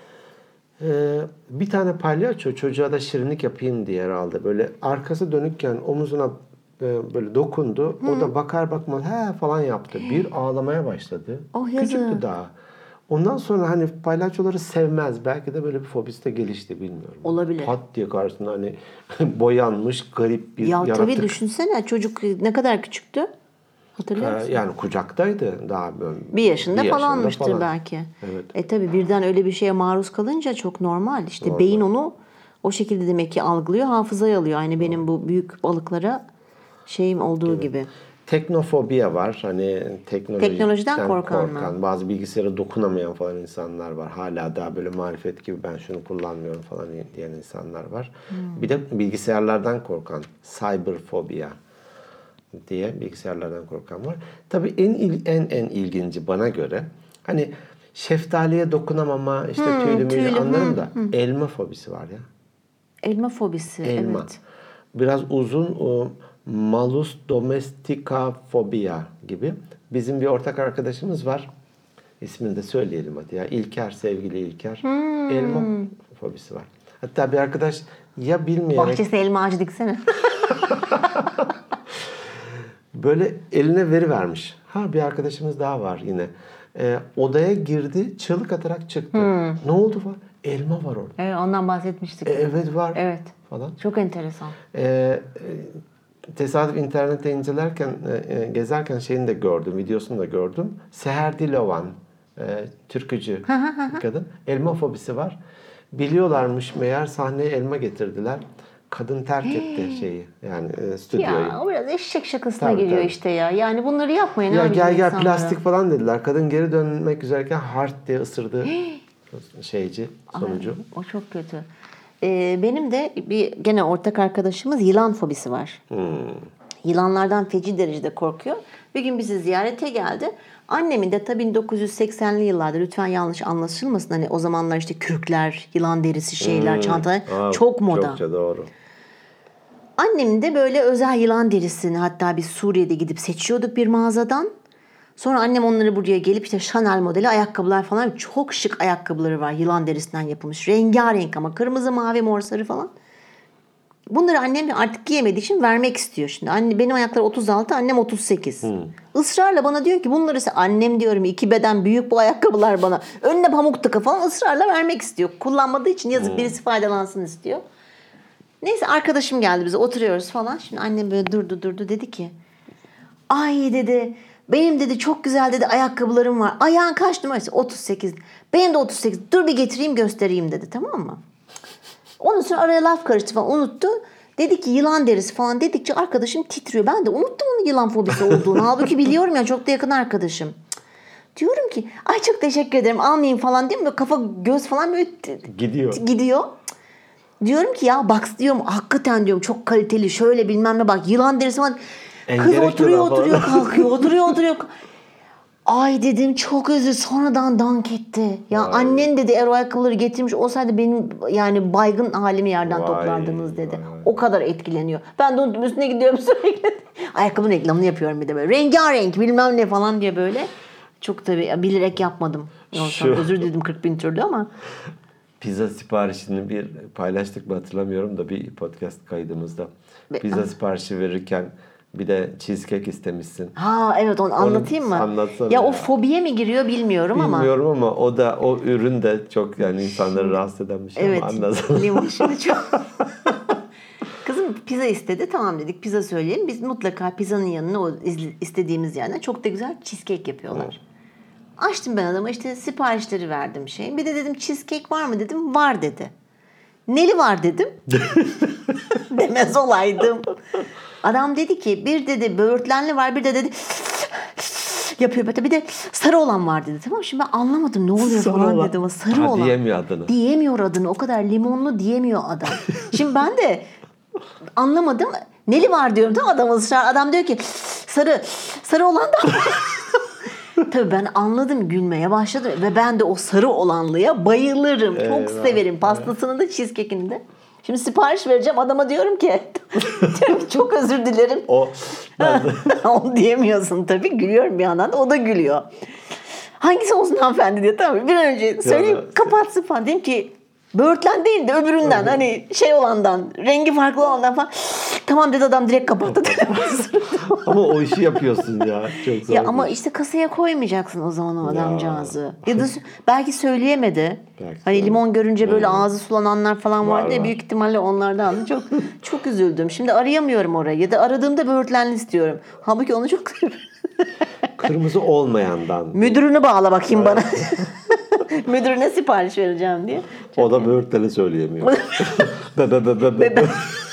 e, bir tane palyaço çocuğa da şirinlik yapayım diye herhalde. Böyle arkası dönükken omuzuna e, böyle dokundu. Hı. O da bakar bakmaz he falan yaptı. Bir ağlamaya başladı.
Oh, yazık.
Küçüktü daha. Ondan sonra hani palyaçoları sevmez. Belki de böyle bir fobisi de gelişti, bilmiyorum.
Olabilir.
Pat diye karşısında hani boyanmış garip bir
Ya
yaratık.
tabii düşünsene çocuk ne kadar küçüktü? Hatırlıyor
Ee,
musun?
yani kucaktaydı daha böyle.
Bir yaşında,
bir yaşında
falanmıştır
falan.
belki.
Evet.
E tabii birden öyle bir şeye maruz kalınca çok normal. İşte
Normal.
beyin onu o şekilde demek ki algılıyor, hafızaya alıyor. Aynı benim bu büyük balıklara şeyim olduğu
Evet.
gibi.
Teknofobiya var. Hani teknolojiden,
Teknolojiden korkan
korkan,
mı?
bazı bilgisayara dokunamayan falan insanlar var. Hala daha böyle marifet gibi ben şunu kullanmıyorum falan diyen insanlar var.
Hmm.
Bir de bilgisayarlardan korkan, cyberfobiya diye bilgisayarlardan korkan var. Tabii en il, en en ilginci bana göre hani şeftaliye dokunamama, işte
Hmm,
tüylü müylü
tüylü,
anlarım
hmm,
da elma fobisi var ya.
Elma fobisi.
Elma.
Evet.
Biraz uzun, o malus domestica fobia gibi. Bizim bir ortak arkadaşımız var. İsmini de söyleyelim hadi ya. İlker, sevgili İlker.
Hmm.
Elma fobisi var. Hatta bir arkadaş ya bilmeyerek
Bahçesine elma ağacı diksene.
böyle eline verivermiş. Ha, bir arkadaşımız daha var yine. Ee, odaya girdi, çığlık atarak çıktı. Ne oldu falan? Elma var orada.
Evet, ondan bahsetmiştik.
E, evet var.
Evet.
Falan.
Çok enteresan.
Ee, e, tesadüf internette incelerken, e, e, gezerken şeyini de gördüm, videosunu da gördüm. Seher Dilovan, e, türkücü kadın. Elma fobisi var. Biliyorlarmış meğer, sahneye elma getirdiler. Kadın terk etti şeyi, yani e, stüdyoyu.
Ya o biraz eşek şakasına
Tabii,
geliyor
tabii.
işte ya. Yani bunları yapmayın
Ya
abi
gel gel
insanlara.
plastik falan dediler. Kadın geri dönmek üzereyken hart diye ısırdı şeyci, sonucu.
Ay, o çok kötü. Ee, benim de bir gene ortak arkadaşımız yılan fobisi var.
Hmm.
Yılanlardan feci derecede korkuyor. Bir gün bizi ziyarete geldi. Annemin de tabii bin dokuz yüz seksenli yıllarda, lütfen yanlış anlaşılmasın. Hani o zamanlar işte kürkler, yılan derisi şeyler, çantalar
Aa,
çok moda.
Çokça doğru.
Annemin de böyle özel yılan derisini hatta biz Suriye'de gidip seçiyorduk bir mağazadan. Sonra annem onları buraya gelip işte Chanel modeli ayakkabılar falan, çok şık ayakkabıları var yılan derisinden yapılmış. Rengarenk ama kırmızı, mavi, mor, sarı falan. Bunları annem artık giyemediği için vermek istiyor şimdi. Anne, benim ayaklar otuz altı, annem otuz sekiz. Hmm. Israrla bana diyor ki bunları sen, annem diyorum iki beden büyük bu ayakkabılar bana. Önüne pamuk tıka falan, ısrarla vermek istiyor. Kullanmadığı için yazık, hmm. birisi faydalansın istiyor. Neyse arkadaşım geldi, bize oturuyoruz falan. Şimdi annem böyle durdu durdu dedi ki ay dedi benim dedi çok güzel dedi ayakkabılarım var. Ayağın kaç numarası? otuz sekiz. Benim de otuz sekiz. Dur bir getireyim göstereyim dedi, tamam mı? Ondan sonra araya laf karıştı falan, unuttu. Dedi ki yılan derisi falan dedikçe arkadaşım titriyor. Ben de unuttum onun yılan fobisi olduğunu. Halbuki biliyorum ya, çok da yakın arkadaşım. Diyorum ki ay çok teşekkür ederim almayayım falan değil mi? Böyle kafa göz falan böyle
gidiyor.
gidiyor. Diyorum ki ya bak diyorum hakikaten diyorum çok kaliteli şöyle bilmem ne bak yılan derisi var. Kız oturuyor oturuyor kalkıyor oturuyor oturuyor. Ay dedim çok özür sonradan dank etti. Ya
Vay.
annen dedi eğer o ayakkabıları getirmiş olsaydı benim yani baygın halimi yerden
Vay,
toplardınız dedi.
vay, vay.
O kadar etkileniyor. Ben de onun üstüne gidiyorum sürekli. Ayakkabının reklamını yapıyorum bir de böyle. Rengarenk bilmem ne falan diye böyle. Çok tabii bilerek yapmadım. Yoksa
Şu-
özür diledim kırk bin türlü ama.
Pizza siparişini bir paylaştık mı hatırlamıyorum da bir podcast kaydımızda.
Be-
Pizza siparişi verirken bir de cheesecake istemişsin.
Ha evet onu anlatayım mı?
anlatsana
Ya
ya.
o fobiye mi giriyor bilmiyorum ama.
Bilmiyorum ama o da o ürün de çok yani insanları rahatsız eden bir şey
Evet.
ama anlatsana.
Limon şimdi çok. Kızım pizza istedi. Tamam dedik pizza söyleyelim. Biz mutlaka pizzanın yanına o izle- istediğimiz yerden çok da güzel cheesecake yapıyorlar. Açtım ben adama işte siparişleri verdim şey. Bir de dedim cheesecake var mı dedim. Var dedi. Neli var dedim. Demez olaydım. Adam dedi ki bir dedi böğürtlenli var bir de dedi yapıyor böyle bir de sarı olan var dedi. Tamam şimdi ben anlamadım ne oluyor
Sarı
falan
olan.
dedim. O sarı
Ha,
olan.
diyemiyor adını.
Diyemiyor adını. O kadar limonlu diyemiyor adam. Şimdi ben de anlamadım. Neli var diyorum. Tamam adam ısrar. Adam diyor ki sarı. Sarı olan da tabii ben anladım gülmeye başladım. Ve ben de o sarı olanlıya bayılırım. Çok
Eyvah.
severim. Pastasını da cheesecake'ini de. Şimdi sipariş vereceğim. Adama diyorum ki diyorum ki, çok özür dilerim.
O
Onu diyemiyorsun tabii. Gülüyorum bir yandan da. O da gülüyor. Hangisi olsun hanımefendi diyor. Tamam bir an önce söyleyeyim
Ya,
kapatsın falan. Dedim ki böğürtlen değil de öbüründen hani şey olandan rengi farklı olandan falan. Tamam dedi adam direkt kapattı.
ama o işi yapıyorsun ya. Çok zor.
Ya
bir
ama
iş.
işte kasaya koymayacaksın o zaman o adamcağızı. Ya, da sö- belki söyleyemedi.
Belki
hani
de.
limon görünce böyle ağzı sulananlar falan
Var,
vardı ya
var.
büyük ihtimalle onlardan. Çok çok üzüldüm. Şimdi arayamıyorum orayı ya da aradığımda böğürtlenli istiyorum. Halbuki onu çok seviyorum.
Kırmızı olmayandan.
Müdürünü bağla bakayım bana. Müdürüne sipariş vereceğim diye.
O da böğürtleri söyleyemiyor. be be be be be.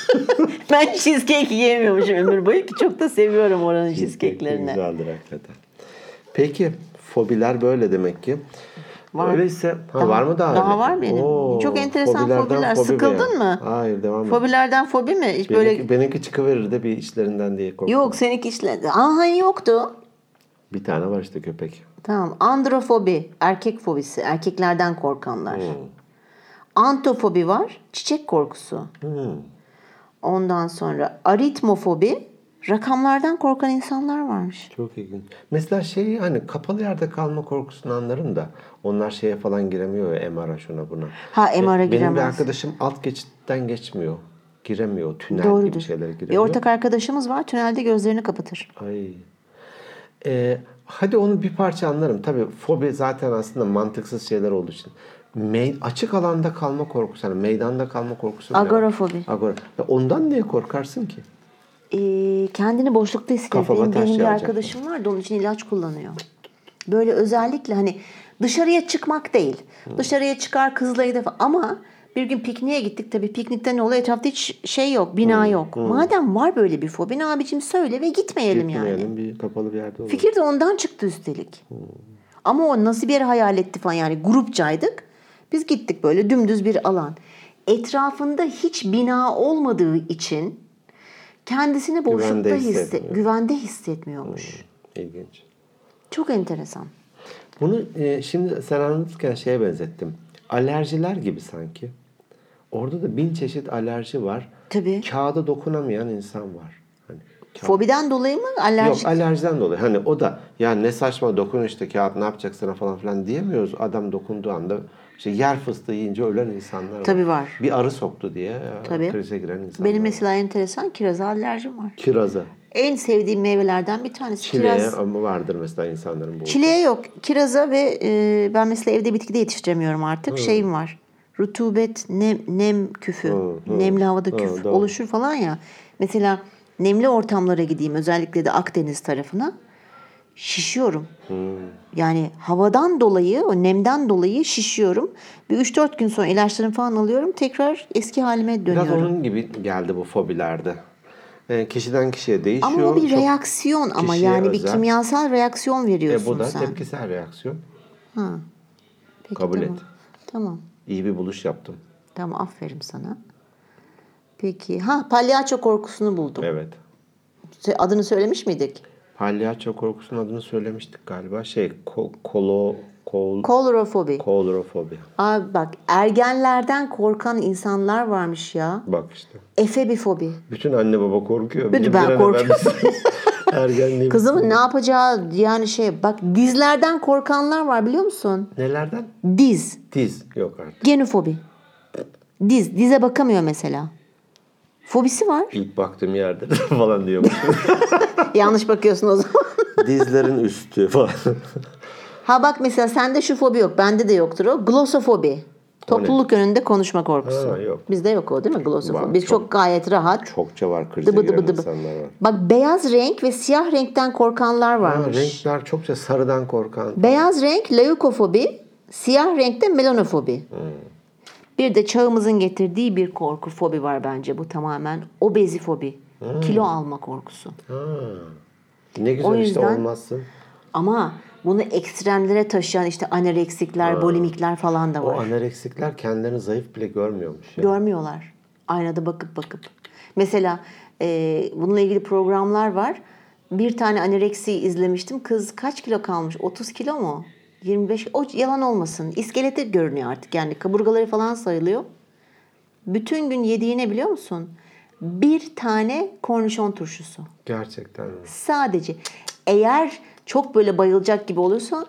Ben cheesecake yiyemiyormuşum ömür boyu ki çok da seviyorum oranın cheesecake'lerini.
Güzeldir hakikaten. Peki fobiler böyle demek ki.
Var.
Öyleyse ha,
Daha-
var mı daha?
daha
öyle?
var benim. Çok enteresan
fobilerden
fobiler.
fobi
Sıkıldın
beğen.
mı?
Hayır devam et.
Fobilerden fobi mi? Hiç böyle
Benimki, benimki çıkıverir de bir işlerinden diye korktum.
yok seninki işler. Aha yoktu.
Bir tane var işte köpek.
Tamam. Androfobi, erkek fobisi, erkeklerden korkanlar. Antofobi var, çiçek korkusu.
Hmm.
Ondan sonra aritmofobi, rakamlardan korkan insanlar varmış.
Çok ilginç. Mesela şey hani kapalı yerde kalma korkusunu anlarım da onlar şeye falan giremiyor ya M R'a şuna buna.
Ha, M R'a
Benim bir
giremez.
arkadaşım alt geçitten geçmiyor. Giremiyor. Tünel
Doğrudur.
gibi şeylere
Bir
giremiyor.
ortak arkadaşımız var, tünelde gözlerini kapatır.
Ay. Ee, hadi onu bir parça anlarım. Tabii fobi zaten aslında mantıksız şeyler olduğu için. Mey- açık alanda kalma korkusu. Yani meydanda kalma korkusu. bile var.
Agorafobi.
Agora. Ya ondan niye korkarsın ki?
Ee, kendini boşlukta hissediyor.
Kafama
Benim,
taş
benim bir
yağacak.
arkadaşım var da onun için ilaç kullanıyor. Böyle özellikle hani dışarıya çıkmak değil. Dışarıya çıkar kızlayı da falan. Ama bir gün pikniğe gittik tabii. Piknikte ne oluyor? Etrafta hiç şey yok, bina yok. Madem var böyle bir fobin abicim söyle ve gitmeyelim, yani.
Gitmeyelim, bir kapalı bir yerde olur.
Fikir de ondan çıktı üstelik. Ama o nasıl bir yer hayal etti falan yani grupçaydık. Biz gittik böyle dümdüz bir alan. Etrafında hiç bina olmadığı için kendisini boşlukta
Güvende
hisse
hissetmiyor.
güvende hissetmiyormuş.
İlginç.
Çok enteresan.
Bunu e, şimdi sen anlatırken şeye benzettim. Alerjiler gibi sanki. Orada da bin çeşit alerji var.
Tabii.
Kağıda dokunamayan insan var. Hani kağıt-
Fobiden dolayı mı? Alerjik.
Yok alerjiden dolayı. Hani o da ya ne saçma dokun işte kağıt ne yapacak sana falan filan diyemiyoruz. Adam dokunduğu anda işte yer fıstığı yiyince ölen insanlar var.
Tabii var.
Bir arı soktu diye ya,
Tabii.
krize giren insanlar
Benim
var.
mesela enteresan kiraza alerjim var.
Kiraza.
En sevdiğim meyvelerden bir tanesi.
Çileğe
Kiraz.
ama vardır mesela insanların bu.
Çileğe yok. Kiraza ve e, ben mesela evde bitki de yetiştiremiyorum artık. Şeyim var. Rutubet, nem, nem küfü.
Hı, hı.
Nemli havada
Hı,
küf
doğru.
oluşur falan ya. Mesela nemli ortamlara gideyim. Özellikle de Akdeniz tarafına. Şişiyorum. Yani havadan dolayı, o nemden dolayı şişiyorum. Bir üç dört gün sonra ilaçlarımı falan alıyorum. Tekrar eski halime
Biraz
dönüyorum.
onun gibi geldi bu fobilerde. E, kişiden kişiye değişiyor.
Ama o bir
Çok-
reaksiyon ama
kişiye
yani bir
özel.
kimyasal reaksiyon
E,
veriyorsun
bu da
sen.
tepkisel reaksiyon.
Ha. Peki,
Kabul
tamam.
et.
Tamam.
İyi bir buluş yaptım.
Tamam aferin sana. Peki. Ha, palyaço korkusunu buldum.
Evet.
Adını söylemiş miydik?
Palyaço korkusunun adını söylemiştik galiba. Şey, ko, kolo, kol,
Kolorofobi.
kolorofobi.
Abi bak, ergenlerden korkan insanlar varmış ya.
Bak işte.
Efebifobi.
Bütün anne baba korkuyor.
Ben
Benim
korkuyorum.
Ergenliğim.
Kızımın ne yapacağı yani şey, bak dizlerden korkanlar var biliyor musun?
Nelerden?
Diz.
Diz. Yok artık.
Genofobi. Diz. Dize bakamıyor mesela. Fobisi var.
İlk baktığım yerde falan diyormuş.
Yanlış bakıyorsun o zaman.
Dizlerin üstü falan.
Ha bak mesela sende şu fobi yok. Bende de yoktur o. Glossofobi. Topluluk önünde konuşma korkusu.
Ha, yok.
Bizde yok o değil mi? Glossofobi.
Var,
Biz çok,
çok.
gayet rahat.
Çokça var krize
Dıbı
giren
dıbı dıbı.
insanlar var.
Bak beyaz renk ve siyah renkten korkanlar
Ha,
varmış.
renkler çokça sarıdan korkan.
Beyaz renk leukofobi, siyah renkte melanofobi.
Hmm.
Bir de çağımızın getirdiği bir korku, fobi var bence. Bu tamamen obezifobi.
Hmm.
Kilo alma korkusu.
Ha. Ne güzel
O
işte
yüzden-
olmazsın.
Ama bunu ekstremlere taşıyan işte anoreksikler, bulimikler falan da
O
var.
anoreksikler kendilerini zayıf bile görmüyormuş. Ya.
Görmüyorlar. Aynada bakıp bakıp. Mesela e, bununla ilgili programlar var. Bir tane anoreksi izlemiştim. Kız kaç kilo kalmış? otuz kilo mu? yirmi beş. O yalan olmasın. İskeleti görünüyor artık. Yani kaburgaları falan sayılıyor. Bütün gün yediği ne biliyor musun? Bir tane kornişon turşusu.
Gerçekten mi?
Sadece. Eğer çok böyle bayılacak gibi olursa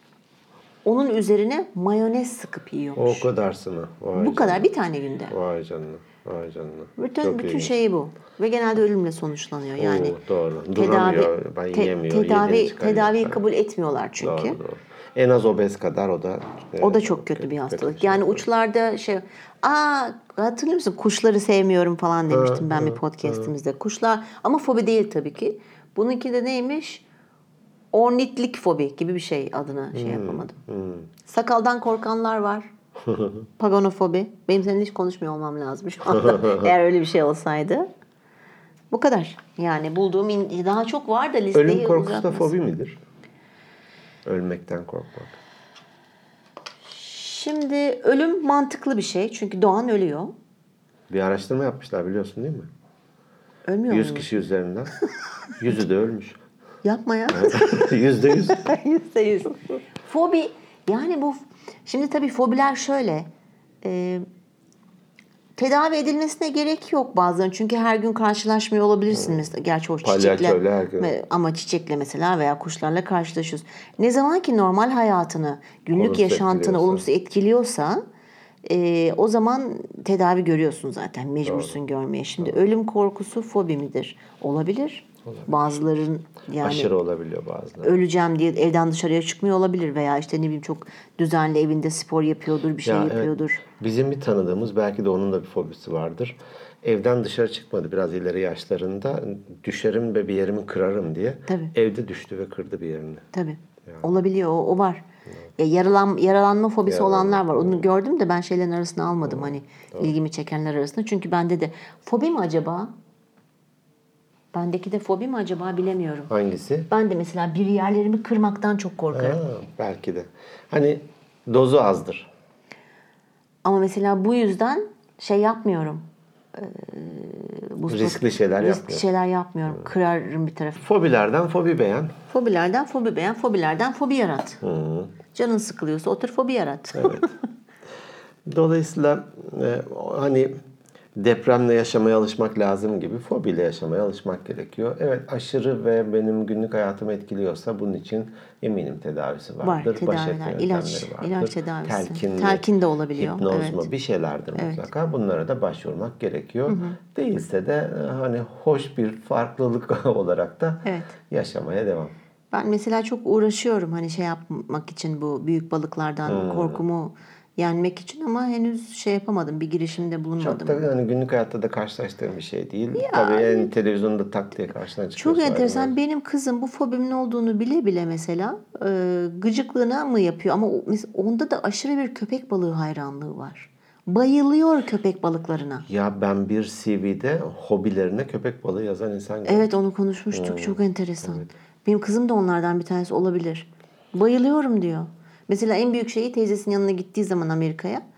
onun üzerine mayonez sıkıp yiyormuş.
O kadarsını. Vay
Bu
canına.
kadar, bir tane günde.
Vay canına. Vay canına.
Bütün
Çok
bütün
ilginç.
şeyi bu. Ve genelde ölümle sonuçlanıyor. Yani
Oo, doğru.
tedavi
Duramıyor, ben
te-
yiyemiyor, yediğini
tedavi
çıkarıyor
tedaviyi
falan.
kabul etmiyorlar çünkü.
Doğru, doğru. En az obez kadar o da.
O da çok kötü bir hastalık. Yani uçlarda şey, aa hatırlıyor musun? Kuşları sevmiyorum falan demiştim ben bir podcast'imizde. Kuşlar ama fobi değil tabii ki. Bununki de neymiş? Ornitlik fobi gibi bir şey, adını şey yapamadım. Sakaldan korkanlar var. Paganofobi. Benim seninle hiç konuşmuyor olmam lazım şu anda. Eğer öyle bir şey olsaydı. Bu kadar. Yani bulduğum in- daha çok var da listeyi
Ölüm korkusu da
uzatmasın.
fobi midir? Ölmekten korkmak.
Şimdi ölüm mantıklı bir şey. Çünkü doğan ölüyor.
Bir araştırma yapmışlar biliyorsun değil mi?
Ölmüyor
yüz
mu?
kişi üzerinden. Yüzü de ölmüş.
Yapma ya.
Yüzde yüz.
Yüzde yüz. Fobi. Yani bu şimdi tabii fobiler şöyle. E, tedavi edilmesine gerek yok bazen. Çünkü her gün karşılaşmıyor olabilirsin mesela. Gerçi o çiçekle
Palyaçoyla her gün.
Ve- ama çiçekle mesela veya kuşlarla karşılaşıyorsun. Ne zaman ki normal hayatını, günlük
Olumsuz
yaşantını
etkiliyorsa.
olumsuz etkiliyorsa e, o zaman tedavi görüyorsun zaten. Mecbursun görmeye. Şimdi ölüm korkusu fobi midir? Olabilir. Bazıların yani
Aşırı olabiliyor bazıları.
öleceğim diye evden dışarıya çıkmıyor olabilir veya işte ne bileyim çok düzenli evinde spor yapıyordur, bir şey
Ya evet,
yapıyordur.
bizim bir tanıdığımız, belki de onun da bir fobisi vardır. Evden dışarı çıkmadı biraz ileri yaşlarında. Düşerim ve bir yerimi kırarım diye.
Tabii.
Evde düştü ve kırdı bir yerini.
Tabii. Olabiliyor, o, o var. Ya yaralan yaralanma fobisi
Yaralanma.
olanlar var. Onu gördüm de ben şeylerin arasına almadım hani ilgimi çekenler arasında. Çünkü bende de fobi mi acaba? Bendeki de fobi mi acaba bilemiyorum.
Hangisi?
Ben de mesela bir yerlerimi kırmaktan çok korkarım.
Ha, belki de. Hani dozu azdır.
Ama mesela bu yüzden şey yapmıyorum. Ee, bu
Riskli şeyler
riskli
yapmıyorsun.
şeyler yapmıyorum. Kırarım bir tarafı.
Fobilerden fobi beğen.
Fobilerden fobi beğen, fobilerden fobi yarat. Canın sıkılıyorsa otur fobi yarat.
Evet. Dolayısıyla e, hani depremle yaşamaya alışmak lazım gibi fobiyle yaşamaya alışmak gerekiyor. Evet, aşırı ve benim günlük hayatımı etkiliyorsa bunun için eminim tedavisi vardır.
Var,
Baş etme
tedaviler,
yöntemleri
ilaç,
vardır.
ilaç tedavisi.
Telkinli,
Telkin de olabiliyor,
hipnoz
evet.
mu bir şeylerdir
Evet.
mutlaka. Bunlara da başvurmak gerekiyor. Değilse de e, hani hoş bir farklılık olarak da
Evet.
yaşamaya devam.
Ben mesela çok uğraşıyorum hani şey yapmak için, bu büyük balıklardan korkumu yenmek için ama henüz şey yapamadım. Bir girişimde bulunmadım.
Çok da hani günlük hayatta da karşılaştığım bir şey değil. Tabii en televizyonda tak diye karşına çıkıyor.
Çok enteresan. Benim kızım bu fobimin olduğunu bile bile mesela e, gıcıklığına mı yapıyor? Ama o- mes- onda da aşırı bir köpek balığı hayranlığı var. Bayılıyor köpek balıklarına.
Ya ben bir C V'de hobilerine köpek balığı yazan insan gördüm.
Evet, onu konuşmuştuk. Çok enteresan. Benim kızım da onlardan bir tanesi olabilir. Bayılıyorum diyor. Mesela en büyük şeyi teyzesinin yanına gittiği zaman Amerika'ya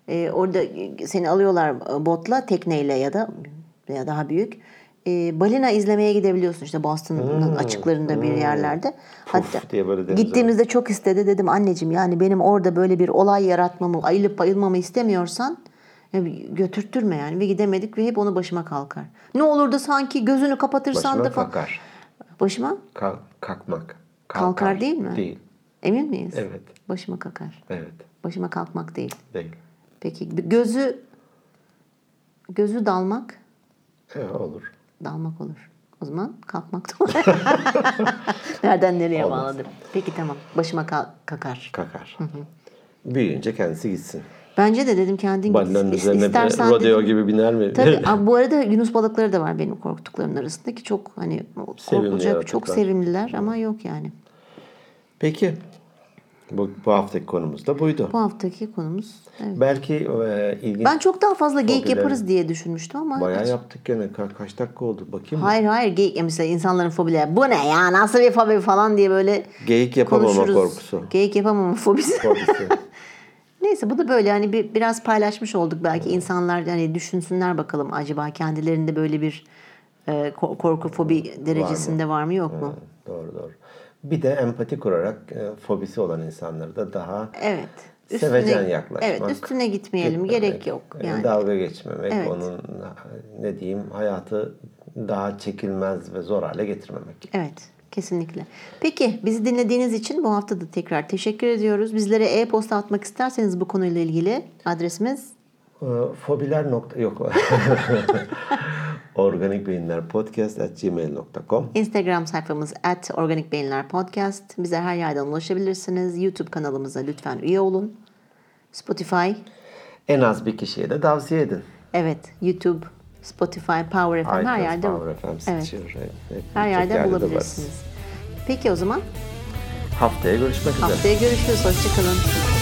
Ee, orada seni alıyorlar botla, tekneyle ya da veya daha büyük. Ee, balina izlemeye gidebiliyorsun işte Boston'ın hmm, açıklarında hmm. bir yerlerde.
Puf
Hatta
diye böyle
gittiğimizde çok istedi. Dedim anneciğim yani benim orada böyle bir olay yaratmamı, ayılıp bayılmamı istemiyorsan götürtürme yani. Ve gidemedik ve hep onu başıma kalkar. Ne olur da sanki gözünü kapatırsan
başıma
da
kalkar.
Başıma?
Kalk, kalkmak.
Kalkar. Kalkar değil mi?
Değil.
Emin miyiz?
Evet.
Başıma kakar.
Evet.
Başıma kalkmak değil.
Değil.
Peki gözü gözü dalmak?
Evet, olur.
Dalmak olur. O zaman kalkmak da olur. Nereden nereye
Olmaz.
Bağladım. Peki tamam. Başıma kal- kakar.
Kakar. Hı hı. Büyüyünce kendisi gitsin.
Bence de dedim kendin
Balinanın
git.
üzerine
İstersen
rodeo
dedim,
gibi biner mi?
Tabii. Bu arada Yunus balıkları da var benim korktuklarımın arasında ki çok hani korkulacak çok sevimliler ama yok yani.
Peki. Bu, bu haftaki konumuz da buydu.
Bu haftaki konumuz. Evet.
Belki e, ilginç.
Ben çok daha fazla geyik yaparız diye düşünmüştüm ama.
Bayağı
hiç...
yaptık gene. Ka- kaç dakika oldu? Bakayım
Hayır
mı?
hayır. Geyik mesela insanların fobileri. Bu ne ya? Nasıl bir fobi falan diye böyle
geyik yapamama
konuşuruz.
korkusu.
Geyik yapamama fobisi.
Fobisi.
Neyse bu da böyle hani bir, biraz paylaşmış olduk. Belki hmm. insanlar hani düşünsünler bakalım acaba kendilerinde böyle bir e, korku fobi derecesinde var mı, var mı yok mu?
Hmm, doğru doğru. Bir de empati kurarak e, fobisi olan insanları da daha
evet.
sevecen
üstüne,
yaklaşmak.
Evet üstüne gitmeyelim. Gitmemek, gerek yok. Yani.
Dalga geçmemek.
Evet.
Onun ne diyeyim hayatı daha çekilmez ve zor hale getirmemek.
Evet. Kesinlikle. Peki bizi dinlediğiniz için bu hafta da tekrar teşekkür ediyoruz. Bizlere e-posta atmak isterseniz bu konuyla ilgili adresimiz
fobiler nokta yok. Organik Beyinler Podcast at gmail nokta com.
Instagram sayfamız at Organik Beyinler Podcast. Bize her yerden ulaşabilirsiniz. YouTube kanalımıza lütfen üye olun. Spotify.
En az bir kişiye de tavsiye edin.
Evet. YouTube, Spotify, Power F M her yerde.
Power F M,
evet.
Stitcher, evet.
Her yerde bulabilirsiniz. Peki o zaman.
Haftaya görüşmek üzere.
Haftaya görüşürüz. Hoşçakalın.